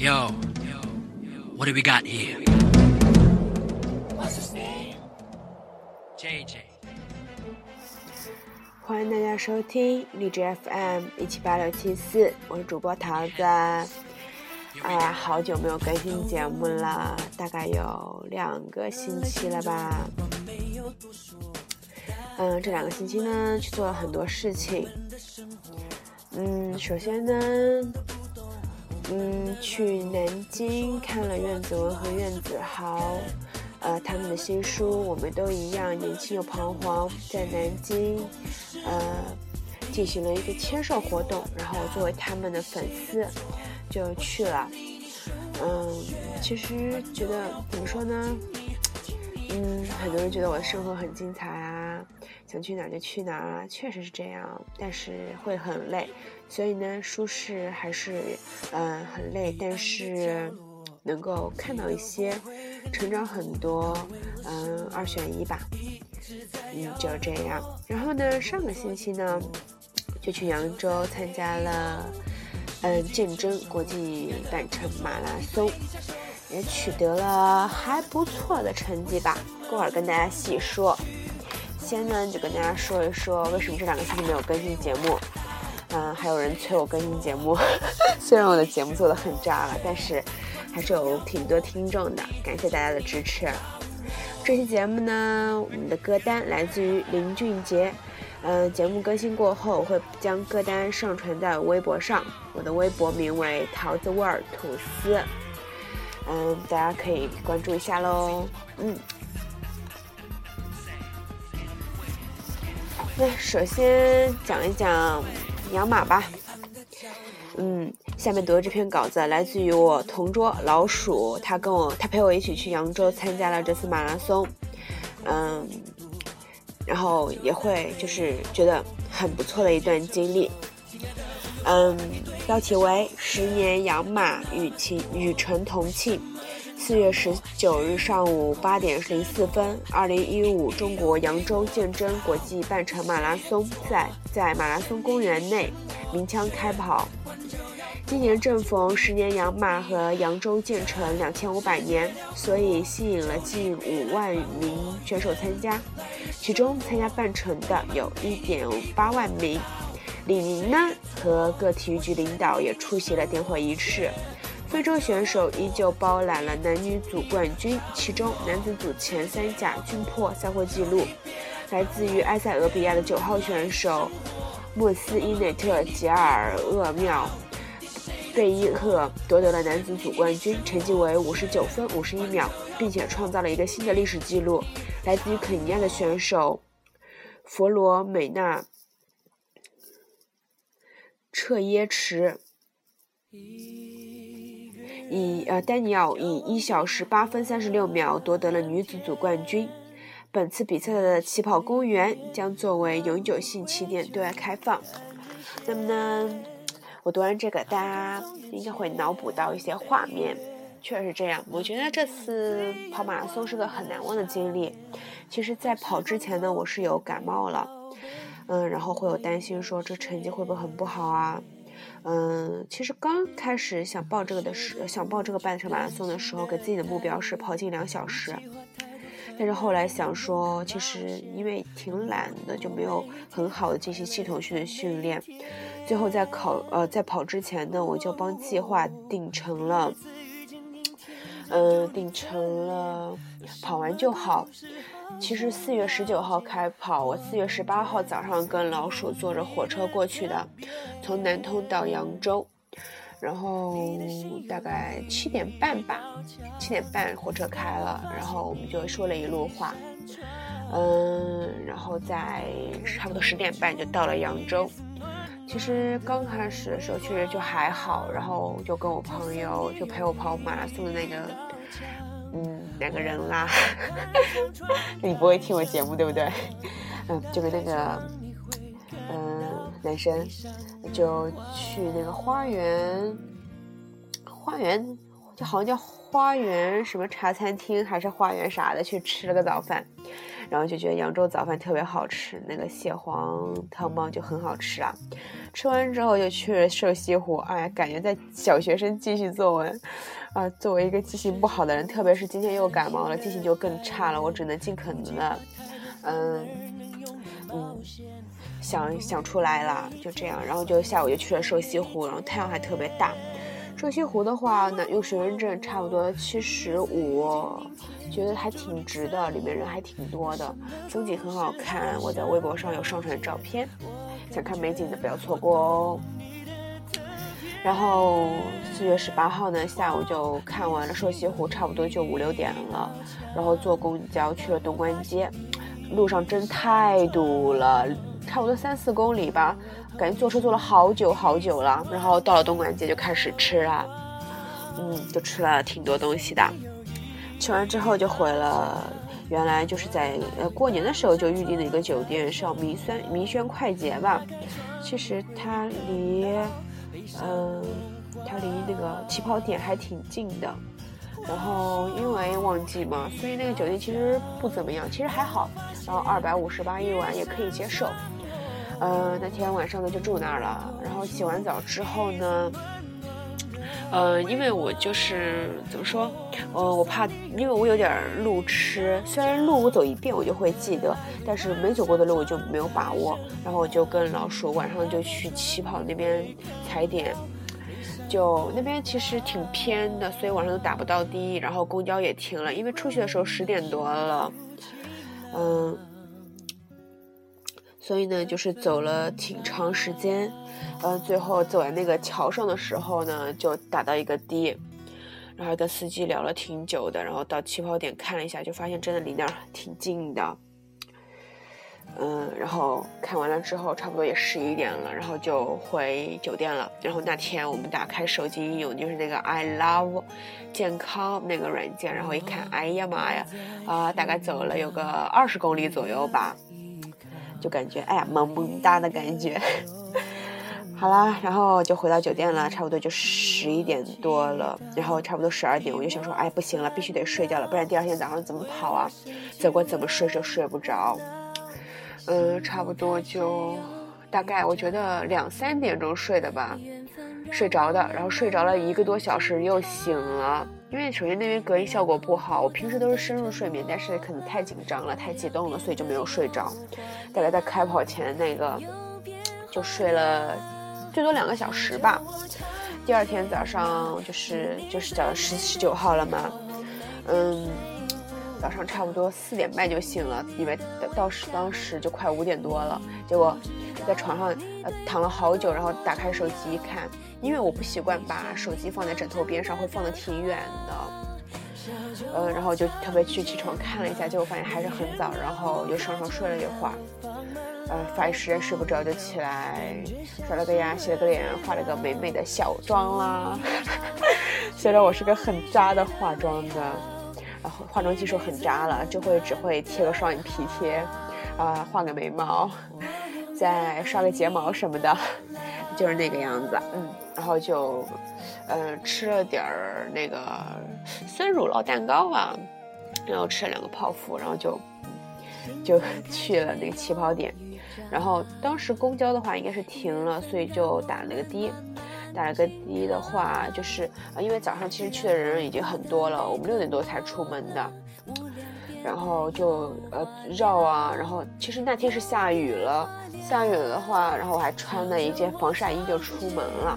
Yo, what do we got here? What's his name? JJ. 欢迎大家收听荔枝 FM 1786744，我是主播桃子。哎呀，好久没有更新节目了，大概有2个星期了吧。这2个星期呢，去做了很多事情。首先呢，去南京看了苑子文和苑子豪，他们的新书《我们都一样，年轻又彷徨》在南京，进行了一个签售活动，然后我作为他们的粉丝就去了。其实觉得怎么说呢？很多人觉得我的生活很精彩啊，想去哪儿就去哪儿啊，确实是这样，但是会很累。所以呢，舒适还是很累，但是能够看到一些成长很多，2选1吧，就是这样。然后呢，上个星期呢就去扬州参加了鉴真国际半程马拉松，也取得了还不错的成绩吧，过会儿跟大家细说。先呢就跟大家说一说为什么这2个星期没有更新节目。还有人催我更新节目虽然我的节目做得很渣了，但是还是有挺多听众的，感谢大家的支持。这期节目呢，我们的歌单来自于林俊杰。节目更新过后，我会将歌单上传在微博上，我的微博名为桃子味儿吐司，大家可以关注一下咯。那首先讲一讲养马吧。下面读的这篇稿子来自于我同桌老鼠，他陪我一起去扬州参加了这次马拉松，然后也会就是觉得很不错的一段经历。标题为10年养马与陈同庆。4月19日上午8点04分，2015中国扬州鉴真国际半程马拉松赛在马拉松公园内鸣枪开跑。今年正逢10年养马和扬州建成2500年，所以吸引了近5万名选手参加，其中参加半程的有1.8万名。李宁呢和各体育局领导也出席了点火仪式。非洲选手依旧包揽了男女组冠军，其中男子组前3甲均破赛会纪录。来自于埃塞俄比亚的9号选手莫斯伊内特吉尔厄缪贝伊赫夺得了男子组冠军，成绩为59分51秒，并且创造了一个新的历史纪录。来自于肯尼亚的选手佛罗美纳彻耶池丹尼尔以1小时8分36秒夺得了女子组冠军。本次比赛的起跑公园将作为永久性起点对外开放。那么呢，我读完这个，大家应该会脑补到一些画面，确实是这样。我觉得这次跑马拉松是个很难忘的经历。其实在跑之前呢，我是有感冒了，然后会有担心说这成绩会不会很不好啊。其实刚开始想报这个半程马拉松的时候，给自己的目标是跑进2小时，但是后来想说，其实因为挺懒的，就没有很好的进行系统性的训练。最后在跑之前呢，我就帮计划定成了跑完就好。其实4月19号开跑，我4月18号早上跟老鼠坐着火车过去的，从南通到扬州，然后大概7点半吧，7点半火车开了，然后我们就说了一路话，然后在差不多10点半就到了扬州。其实刚开始的时候确实就还好，然后就跟我朋友就陪我跑马拉松的那个2个人啦你不会听我节目对不对？就跟那个男生就去那个花园就好像叫花园什么茶餐厅还是花园啥的去吃了个早饭，然后就觉得扬州早饭特别好吃，那个蟹黄汤包就很好吃啊。吃完之后就去瘦西湖，哎，感觉在小学生记叙作文作为一个记性不好的人，特别是今天又感冒了，记性就更差了，我只能尽可能的想出来了，就这样。然后就下午就去了瘦西湖，然后太阳还特别大。瘦西湖的话呢，用学生证差不多75，觉得还挺值的，里面人还挺多的，风景很好看，我在微博上有上传照片，想看美景的不要错过哦。然后4月18号呢，下午就看完了瘦西湖，差不多就5、6点了，然后坐公交去了东关街，路上真太堵了，差不多3、4公里吧，感觉坐车坐了好久了。然后到了东关街就开始吃了，就吃了挺多东西的。吃完之后就回了原来就是在过年的时候就预定的一个酒店，是弥轩快捷吧。其实它离那个起跑点还挺近的。然后因为旺季嘛，所以那个酒店其实不怎么样，其实还好，然后258一晚也可以接受。那天晚上呢就住那儿了，然后洗完澡之后呢，因为我就是怎么说，我怕，因为我有点路痴，虽然路我走一遍我就会记得，但是没走过的路我就没有把握，然后我就跟老鼠晚上就去起跑那边踩点。就那边其实挺偏的，所以晚上都打不到的，然后公交也停了，因为出去的时候10点多了，所以呢就是走了挺长时间，最后走在那个桥上的时候呢就打到一个的，然后跟司机聊了挺久的，然后到起跑点看了一下，就发现真的离那儿挺近的。然后看完了之后差不多也11点了，然后就回酒店了。然后那天我们打开手机应用，就是那个 I Love 健康那个软件，然后一看，哎呀妈呀，大概走了有个20公里左右吧，就感觉哎呀萌萌哒的感觉。好啦，然后就回到酒店了，差不多就11点多了，然后差不多12点，我就想说，哎，不行了，必须得睡觉了，不然第二天早上怎么跑啊？结果怎么睡就睡不着。差不多就大概我觉得2、3点钟睡的吧，睡着的，然后睡着了1个多小时又醒了，因为首先那边隔音效果不好，我平时都是深入睡眠，但是可能太紧张了，太激动了，所以就没有睡着。大概在开跑前那个就睡了最多2个小时吧。第二天早上就是早上19号了嘛，早上差不多4点半就醒了，因为当时就快5点多了，结果在床上躺了好久，然后打开手机一看，因为我不习惯把手机放在枕头边上，会放得挺远的，然后就特别去起床看了一下，结果发现还是很早，然后又上床睡了一会儿，发现实在睡不着就起来刷了个牙，洗了个脸，化了个美美的小妆啦。虽然我是个很渣的化妆的，化妆技术很渣了，只会贴个双眼皮贴，画个眉毛，再刷个睫毛什么的，就是那个样子。然后就吃了点儿那个酸乳酪蛋糕吧，然后吃了2个泡芙，然后就去了那个起跑点。然后当时公交的话应该是停了，所以就打了个的。打了个的的话，就是因为早上其实去的人已经很多了，我们6点多才出门的，然后就绕啊，然后其实那天是下雨了的话，然后我还穿了一件防晒衣就出门了。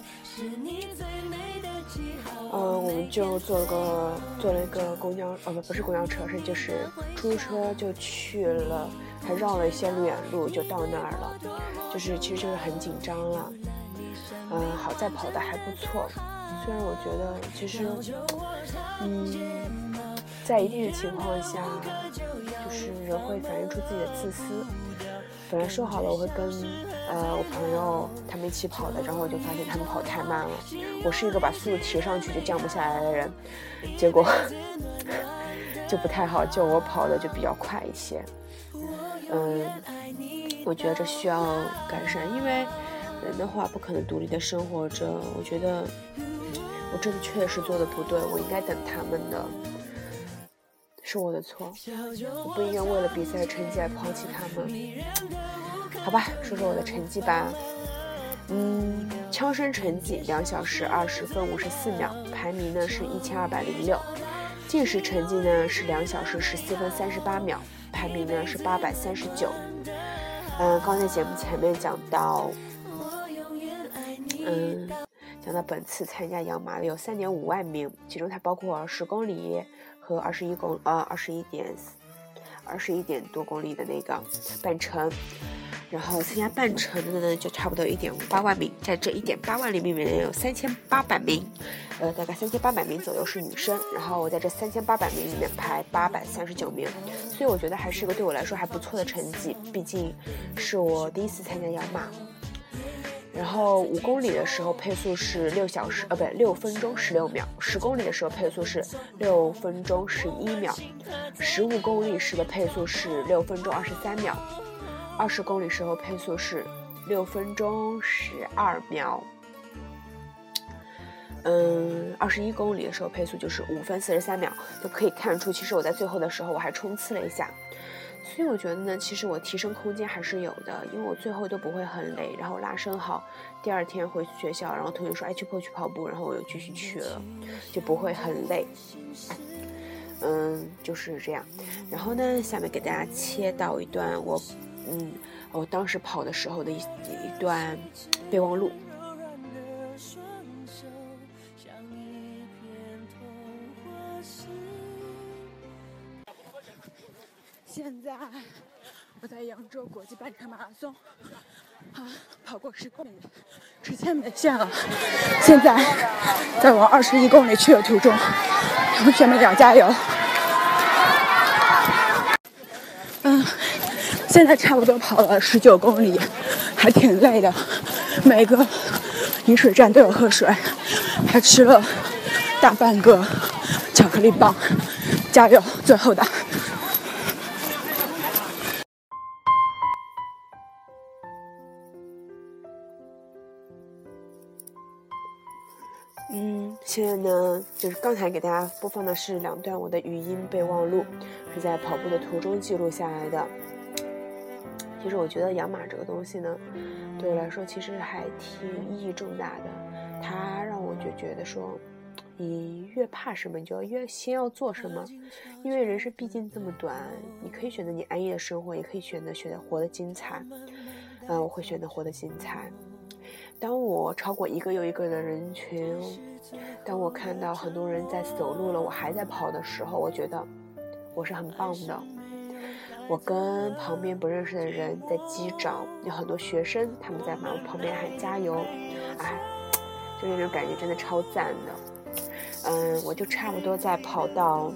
我们就坐了一个公交，不是公交车，是就是出租车，就去了，还绕了一些远路就到那儿了，其实就是很紧张了。好在跑得还不错，虽然我觉得其实在一定的情况下，就是人会反映出自己的自私。本来说好了我会跟我朋友他们一起跑的，然后我就发现他们跑太慢了，我是一个把速度提上去就降不下来的人，结果就不太好，就我跑的就比较快一些。我觉得这需要改善，因为人的话不可能独立的生活着，我觉得我这次确实做的不对，我应该等他们的，是我的错，我不应该为了比赛成绩而抛弃他们。好吧，说说我的成绩吧。枪声成绩2小时20分54秒，排名呢是1206。计时成绩呢是2小时14分38秒，排名呢是839。刚才节目前面讲到本次参加养马的有3.5万名，其中它包括10公里和21点多公里的那个半程。然后参加半程的呢，就差不多1.58万名，在这1.8万里面有3800名，大概3800名左右是女生，然后我在这3800名里面排839名，所以我觉得还是个对我来说还不错的成绩，毕竟是我第一次参加养马。然后5公里的时候配速是6分钟16秒，10公里的时候配速是6分钟11秒，15公里时的配速是6分钟23秒。20公里时候配速是6分钟12秒，21公里的时候配速就是5分43秒，就可以看出其实我在最后的时候我还冲刺了一下，所以我觉得呢，其实我提升空间还是有的，因为我最后都不会很累，然后拉伸好，第二天回学校，然后同学说去跑步，然后我又继续去了，就不会很累。就是这样。然后呢，下面给大家切到一段我当时跑的时候的一段备忘录。 现在我在扬州国际半程马拉松，跑过10公里，之前没线了，现在在往21公里去的途中，同学们要加油。现在差不多跑了19公里，还挺累的，每个饮水站都有喝水，还吃了大半个巧克力棒，加油，最后的。 现在呢，就是刚才给大家播放的是2段我的语音备忘录，是在跑步的途中记录下来的。其实我觉得养马这个东西呢，对我来说其实还挺意义重大的。它让我就觉得说，你越怕什么，你就越先要做什么。因为人生毕竟这么短，你可以选择你安逸的生活，也可以选择活得精彩。我会选择活得精彩。当我超过一个又一个的人群，当我看到很多人在走路了，我还在跑的时候，我觉得我是很棒的。我跟旁边不认识的人在击掌，有很多学生他们在旁边喊加油，就那种感觉真的超赞的。我就差不多在跑到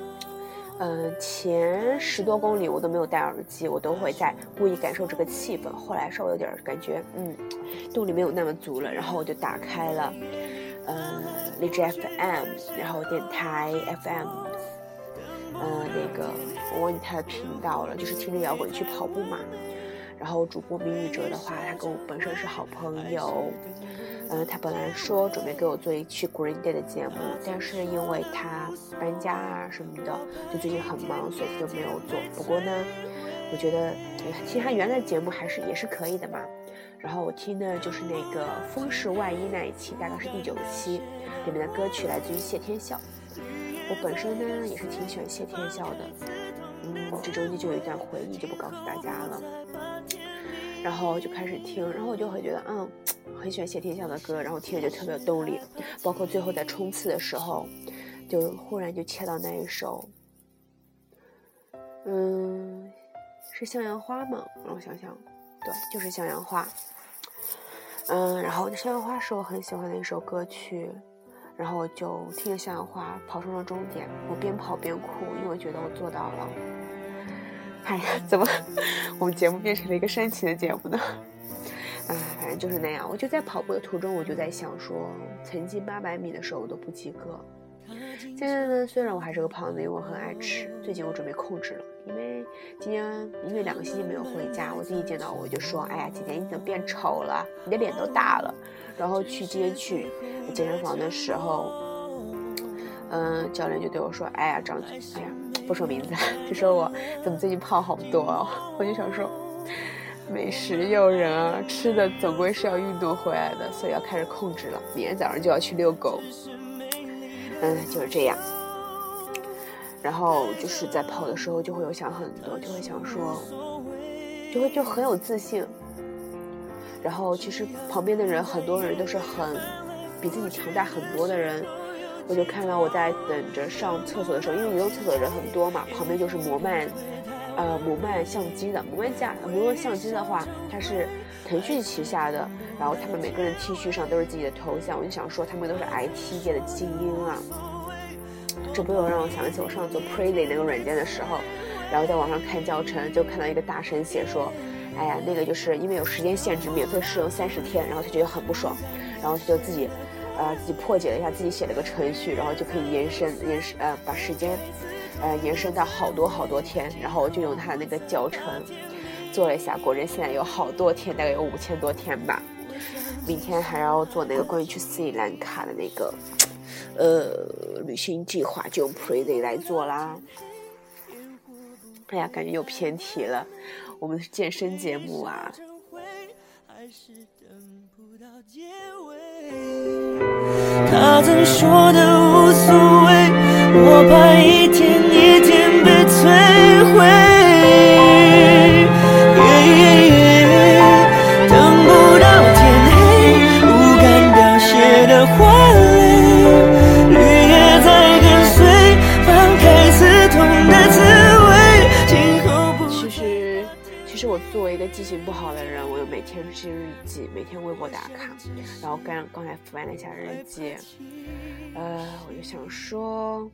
前10多公里我都没有戴耳机，我都会在故意感受这个气氛。后来稍微有点感觉动力没有那么足了，然后我就打开了荔枝 FM， 然后电台 FM， 那个我忘记他的频道了，就是听着摇滚去跑步嘛。然后主播明宇哲的话，他跟我本身是好朋友，他本来说准备给我做一期 Green Day 的节目，但是因为他搬家什么的，就最近很忙，所以就没有做。不过呢，我觉得其实他原来的节目也是可以的嘛。然后我听的就是那个风势外衣那一期，大概是第9期，里面的歌曲来自于谢天笑。我本身呢也是挺喜欢谢天笑的，这中间就有一段回忆，就不告诉大家了。然后就开始听，然后我就会觉得很喜欢谢天笑的歌，然后听着就特别有动力。包括最后在冲刺的时候，就忽然就切到那一首是向阳花吗？让我想想，对，就是向阳花。然后向阳花是我很喜欢的一首歌曲，然后我就听着向阳花跑上了终点，我边跑边哭，因为我觉得我做到了。怎么我们节目变成了一个煽情的节目呢？反正就是那样。我就在跑步的途中，我就在想说，曾经800米的时候我都不及格，现在呢，虽然我还是个胖子，因为我很爱吃，最近我准备控制了，因为2个星期没有回家，我弟弟见到我就说，哎呀，姐姐你怎么变丑了，你的脸都大了。 然后今天去健身房的时候，教练就对我说，哎呀张，哎呀不说名字，就说我怎么最近胖好多哦。我就想说，美食诱人啊，吃的总归是要运动回来的，所以要开始控制了。明天早上就要去遛狗，就是这样。然后就是在跑的时候就会有想很多，就会想说，就很有自信。然后其实旁边的人，很多人都是比自己强大很多的人。我就看到我在等着上厕所的时候，因为移动厕所的人很多嘛，旁边就是摩曼相机的摩曼相机的话，它是腾讯旗下的，然后他们每个人 T 恤上都是自己的头像，我就想说他们都是 IT 界的精英啊。这不又让我想起我上次做 Prezi 那个软件的时候，然后在网上看教程，就看到一个大神写说，哎呀，那个就是因为有时间限制，免费试用30天，然后他觉得很不爽，然后他就自己破解了一下，自己写了个程序，然后就可以把时间延伸到好多天，然后我就用他的那个教程做了一下，果然现在有好多天，大概有5000多天吧。明天还要做那个关于去斯里兰卡的那个旅行计划，就用 Prezi 来做啦。哎呀，感觉又偏题了，我们是健身节目啊。 他曾说的无所谓，我怕一天一天被摧毁。等不到天黑，不敢凋谢的花蕾，绿叶在跟随，放开刺痛的滋味。今后不其实我作为一个记性不好的人，我有每天记日记，每天微博打卡，然后刚才翻了一下日记，我就想说，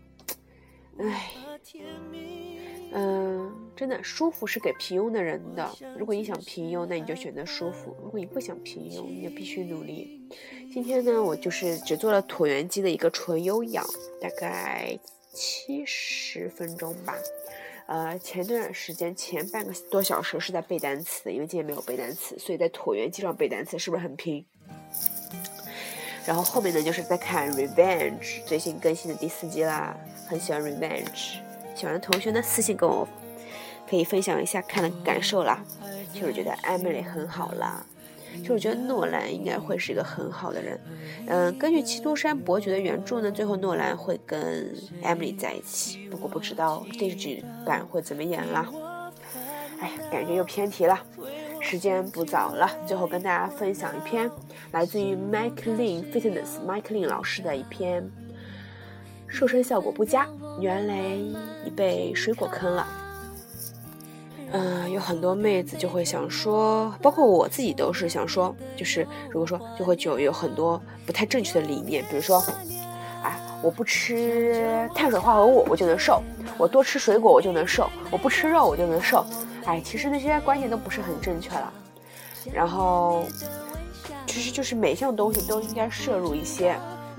真的舒服是给平庸的人的。如果你想平庸，那你就选择舒服；如果你不想平庸，你就必须努力。今天呢，我就是只做了椭圆机的一个纯有氧，大概70分钟吧。前段时间前半个多小时是在背单词，因为今天没有背单词，所以在椭圆机上背单词是不是很拼？然后后面呢就是在看 Revenge 最新更新的第4季啦，很喜欢 Revenge， 喜欢的同学呢私信跟我可以分享一下看的感受啦。就是觉得 Emily 很好啦，就是觉得诺兰应该会是一个很好的人。根据基督山伯爵的原著呢，最后诺兰会跟 Emily 在一起，不过不知道电视剧版会怎么演啦。感觉又偏题了，时间不早了，最后跟大家分享一篇来自于 Mike Lean Fitness Mike Lean 老师的一篇瘦身效果不佳，原来你被水果坑了。有很多妹子就会想说，包括我自己都是想说，就是如果说就会有很多不太正确的理念，比如说我不吃碳水化合物我就能瘦，我多吃水果我就能瘦，我不吃肉我就能瘦。其实那些观念都不是很正确了。然后其实就是每项东西都应该摄入一些，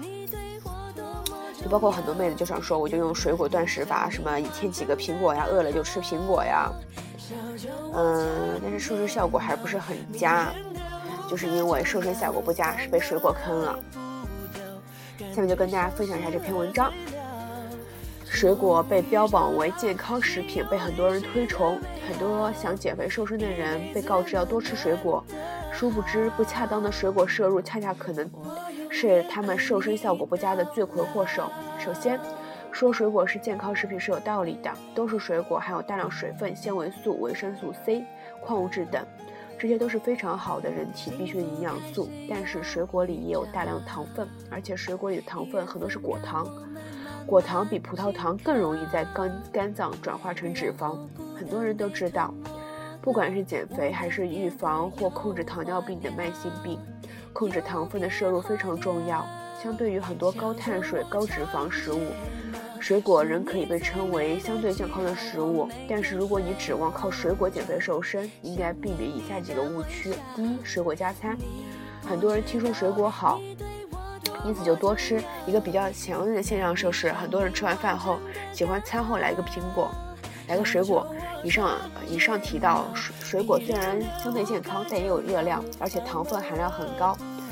就包括很多妹子就想说，我就用水果断食法，什么一天几个苹果呀，饿了就吃苹果呀。但是瘦身效果还不是很佳，就是因为瘦身效果不佳是被水果坑了。下面就跟大家分享一下这篇文章。水果被标榜为健康食品，被很多人推崇，很多想减肥瘦身的人被告知要多吃水果，殊不知不恰当的水果摄入恰恰可能是他们瘦身效果不佳的罪魁祸首。首先说水果是健康食品是有道理的，都是水果含有大量水分、纤维素、维生素 C、矿物质等，这些都是非常好的人体必需的营养素。但是水果里也有大量糖分，而且水果里的糖分很多是果糖，果糖比葡萄糖更容易在肝脏转化成脂肪。很多人都知道，不管是减肥还是预防或控制糖尿病等慢性病，控制糖分的摄入非常重要。相对于很多高碳水、高脂肪食物，水果仍可以被称为相对健康的食物。但是如果你指望靠水果减肥瘦身，应该避免以下几个误区。第一，水果加餐，很多人听说水果好，因此就多吃。一个比较强烈的现象就是很多人吃完饭后喜欢餐后来一个苹果，来个水果。以上提到水果虽然相对健康，但也有热量，而且糖分含量很高。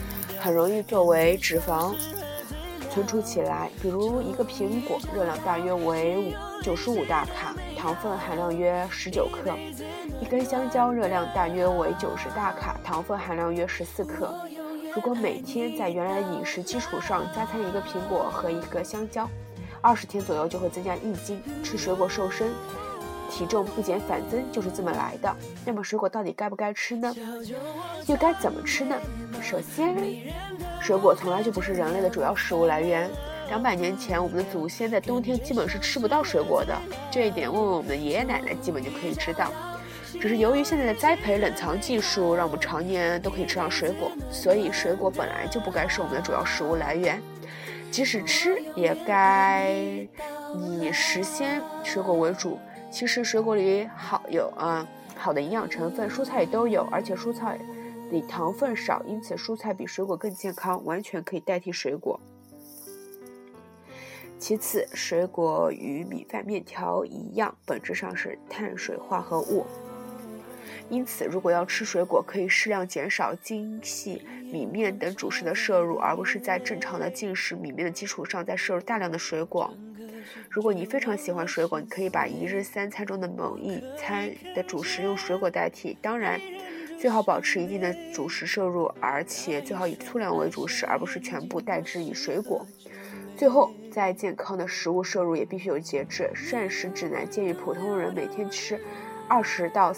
很容易作为脂肪存储起来。比如一个苹果热量大约为95大卡，糖分含量约19克；一根香蕉热量大约为90大卡，糖分含量约14克。如果每天在原来的饮食基础上加餐一个苹果和一个香蕉，20天左右就会增加1斤。吃水果瘦身，体重不减反增就是这么来的。那么水果到底该不该吃呢？又该怎么吃呢？首先，水果从来就不是人类的主要食物来源。200年前，我们的祖先在冬天基本是吃不到水果的，这一点问问我们的爷爷奶奶基本就可以知道。只是由于现在的栽培冷藏技术，让我们常年都可以吃上水果，所以水果本来就不该是我们的主要食物来源。即使吃，也该以实鲜水果为主。其实水果里好的营养成分，蔬菜里都有，而且蔬菜里糖分少，因此蔬菜比水果更健康，完全可以代替水果。其次，水果与米饭、面条一样，本质上是碳水化合物。因此，如果要吃水果，可以适量减少精细米面等主食的摄入，而不是在正常的进食米面的基础上再摄入大量的水果。如果你非常喜欢水果，你可以把1日3餐中的某一餐的主食用水果代替。当然，最好保持一定的主食摄入，而且最好以粗粮为主食，而不是全部代之以水果。最后，在健康的食物摄入也必须有节制。膳食指南建议普通人每天吃200到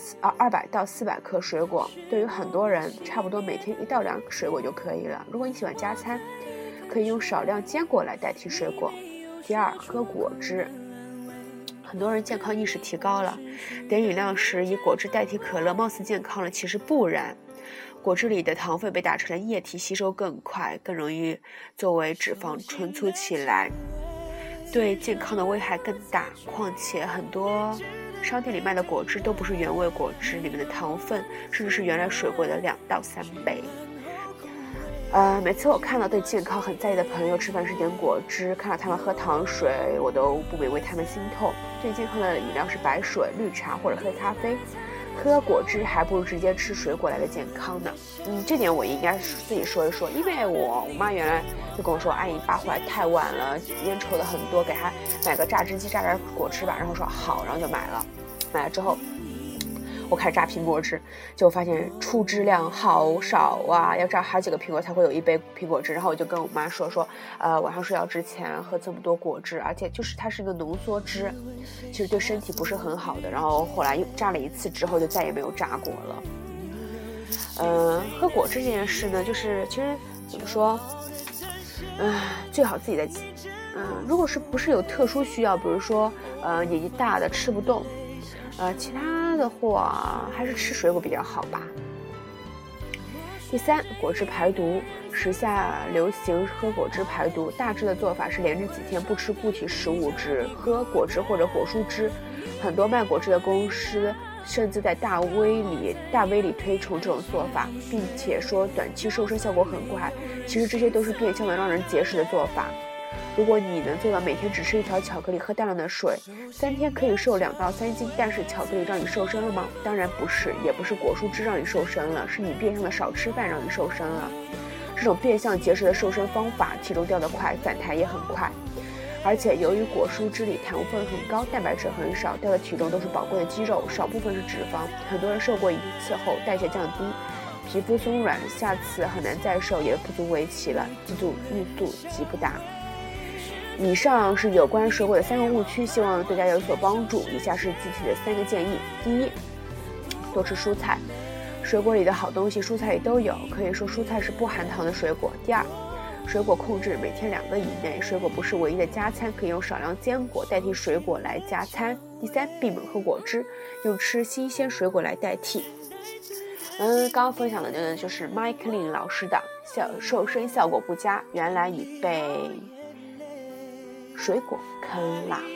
400克水果，对于很多人差不多每天1到2个水果就可以了。如果你喜欢加餐，可以用少量坚果来代替水果。第二，喝果汁。很多人健康意识提高了，点饮料时以果汁代替可乐，貌似健康了，其实不然。果汁里的糖分被打成了液体，吸收更快，更容易作为脂肪存储起来，对健康的危害更大。况且很多商店里卖的果汁都不是原味果汁，里面的糖分甚至是原来水果的2到3倍。每次我看到对健康很在意的朋友吃饭时点果汁，看到他们喝糖水，我都不免为他们心痛。最健康的饮料是白水、绿茶或者黑咖啡，喝果汁还不如直接吃水果来的健康呢。这点我应该自己说一说，因为我妈原来就跟我说，阿姨爸回来太晚了，烟抽的很多，给她买个榨汁机榨点果汁吧，然后说好，然后就买了之后我开始榨苹果汁，就发现出汁量好少啊，要榨好几个苹果才会有一杯苹果汁。然后我就跟我妈说晚上睡觉之前喝这么多果汁，而且就是它是一个浓缩汁，其实对身体不是很好的。然后后来又榨了1次之后就再也没有榨过了。喝果汁这件事呢，就是其实怎么说，最好自己在如果是不是有特殊需要，比如说年纪大的吃不动，其他的话还是吃水果比较好吧。第三，果汁排毒。时下流行喝果汁排毒，大致的做法是连着几天不吃固体食物，只喝果汁或者果蔬汁。很多卖果汁的公司甚至在大 V 里推崇这种做法，并且说短期瘦身效果很快。其实这些都是变相的让人节食的做法。如果你能做到每天只吃一条巧克力，喝大量的水，3天可以瘦2到3斤，但是巧克力让你瘦身了吗？当然不是，也不是果蔬汁让你瘦身了，是你变相的少吃饭让你瘦身了。这种变相节食的瘦身方法，体重掉得快，反弹也很快。而且由于果蔬汁里糖分很高，蛋白质很少，掉的体重都是宝贵的肌肉，少部分是脂肪。很多人瘦过1次后代谢降低，皮肤松软，下次很难再瘦，也不足为奇了。记住，欲速即不达。以上是有关水果的3个误区，希望对大家有所帮助。以下是具体的3个建议。第一，多吃蔬菜，水果里的好东西蔬菜里都有，可以说蔬菜是不含糖的水果。第二，水果控制每天2个以内，水果不是唯一的加餐，可以用少量坚果代替水果来加餐。第三，闭门喝果汁，用吃新鲜水果来代替。刚刚分享的就是 Mike Lin 老师的瘦身效果不佳，原来已被水果坑啦。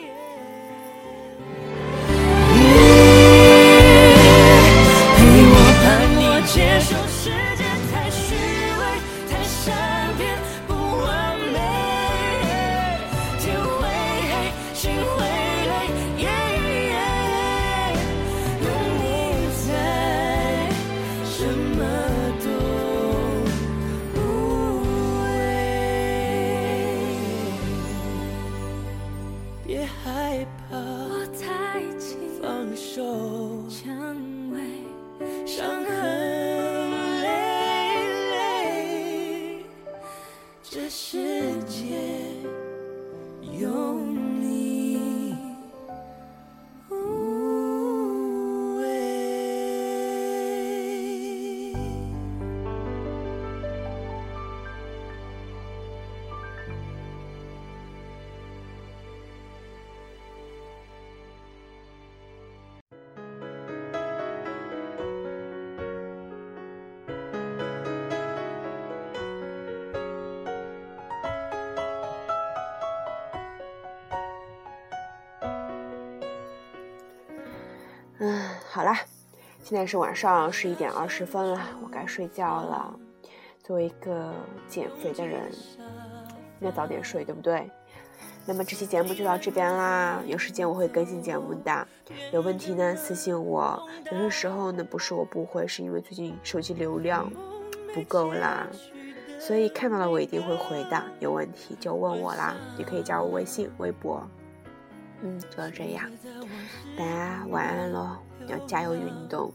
陪我伴你接受世界太虚伪，太善变，不完美，天会黑，心会累，有你在，什么都无害怕， 我太轻放手， 蔷薇伤痕累累，这世界有你无畏。 好啦，现在是晚上11点20分了，我该睡觉了。作为一个减肥的人，应该早点睡，对不对？那么这期节目就到这边啦，有时间我会更新节目的。有问题呢私信我，有些时候呢不是我不回，是因为最近手机流量不够啦，所以看到了我一定会回的。有问题就问我啦，也可以加我微信、微博。就这样，大家晚安咯，要加油运动。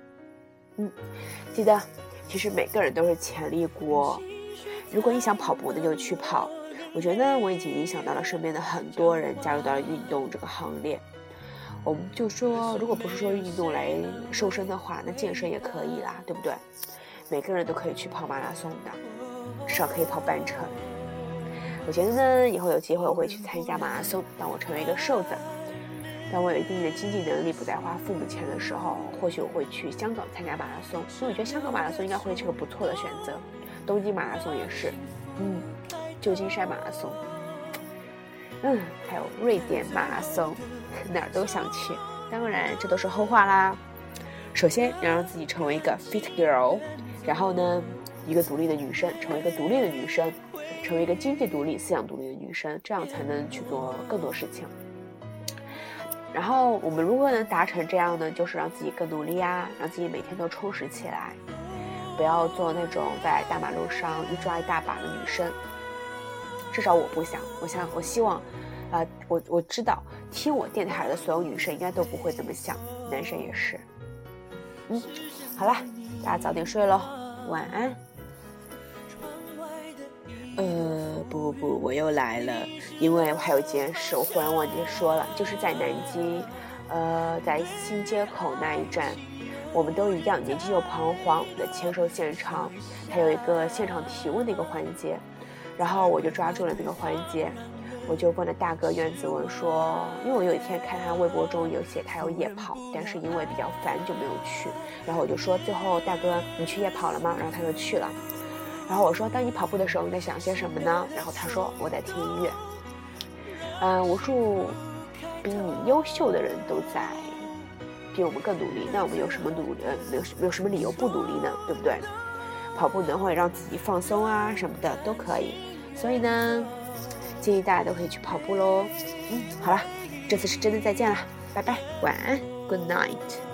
记得，其实每个人都是潜力股。如果你想跑步，那就去跑。我觉得我已经影响到了身边的很多人，加入到了运动这个行列。我们就说，如果不是说运动来瘦身的话，那健身也可以啦，对不对？每个人都可以去跑马拉松的，至少可以跑半程。我觉得呢，以后有机会我会去参加马拉松。当我成为一个瘦子，当我有一定的经济能力，不再花父母钱的时候，或许我会去香港参加马拉松。所以我觉得香港马拉松应该会是个不错的选择，东京马拉松也是，旧金山马拉松，还有瑞典马拉松，哪儿都想去。当然，这都是后话啦。首先要让自己成为一个 fit girl， 然后呢，一个独立的女生，成为一个独立的女生。成为一个经济独立、思想独立的女生，这样才能去做更多事情。然后我们如果能达成这样呢，就是让自己更努力啊，让自己每天都充实起来，不要做那种在大马路上一抓一大把的女生。至少我不想，我希望，我知道听我电台的所有女生应该都不会这么想，男生也是。好啦，大家早点睡咯，晚安。不，我又来了，因为我还有一件事，我忽然忘记说了，就是在南京，在新街口那一站，我们都一样，年轻又彷徨的签售现场，还有一个现场提问的一个环节，然后我就抓住了那个环节，我就问了大哥苑子文说，因为我有一天看他微博中有写他要夜跑，但是因为比较烦就没有去，然后我就说最后大哥你去夜跑了吗？然后他就去了。然后我说当你跑步的时候你在想些什么呢？然后他说我在听音乐。无数比你优秀的人都在比我们更努力，那我们有什么有什么理由不努力呢？对不对？跑步呢会让自己放松啊什么的都可以，所以呢建议大家都可以去跑步咯。好了，这次是真的再见了，拜拜，晚安 ，Good night。